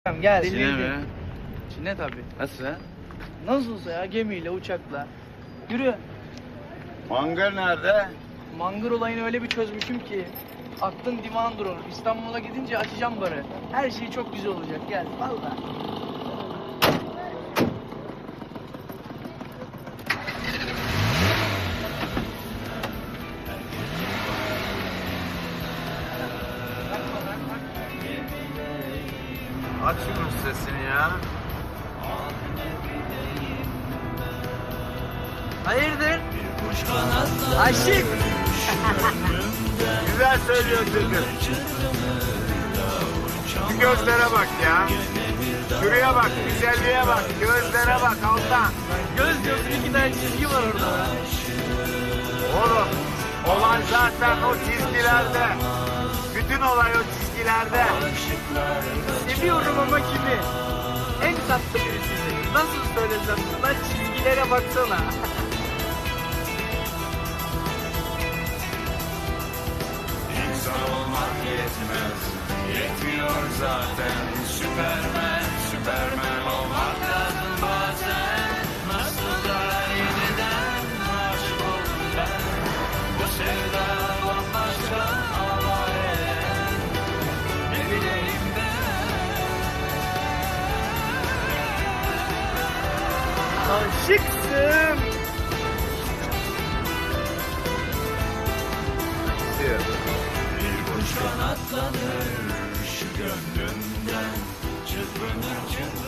Gel. Çin'e mi? Çin'e tabii. Nasıl ha? Nasılsa ya, gemiyle, uçakla. Yürü. Mangır nerede? Mangır olayını öyle bir çözmüşüm ki aklın divan durur. İstanbul'a gidince açacağım barı. Her şey çok güzel olacak. Gel valla. Aç şunun sesini ya. Hayırdır? Aşık. Güzel söylüyor türkü. Şu gözlere bak ya. Şuraya bak, güzelliğe bak, gözlere bak Altan. Göz diyorsun, 2 tane çizgi var orada. Oğlum, olay zaten o çizgilerde. Bütün olay o çizgilerde. Seviyorum ama kimi? En tatlı birisi. Nasıl söylesem sana, çizgilere baksana. İnsan olmak yetmez, yetmiyor zaten. Süpermen olmak lazım bazen. Nasıl da yeniden aşık oldum ben. Bu sevda bambaşka havaya. Ne bileyim Aşıksın. bir kuş kanatlanır şu gönlümden. Çırpınır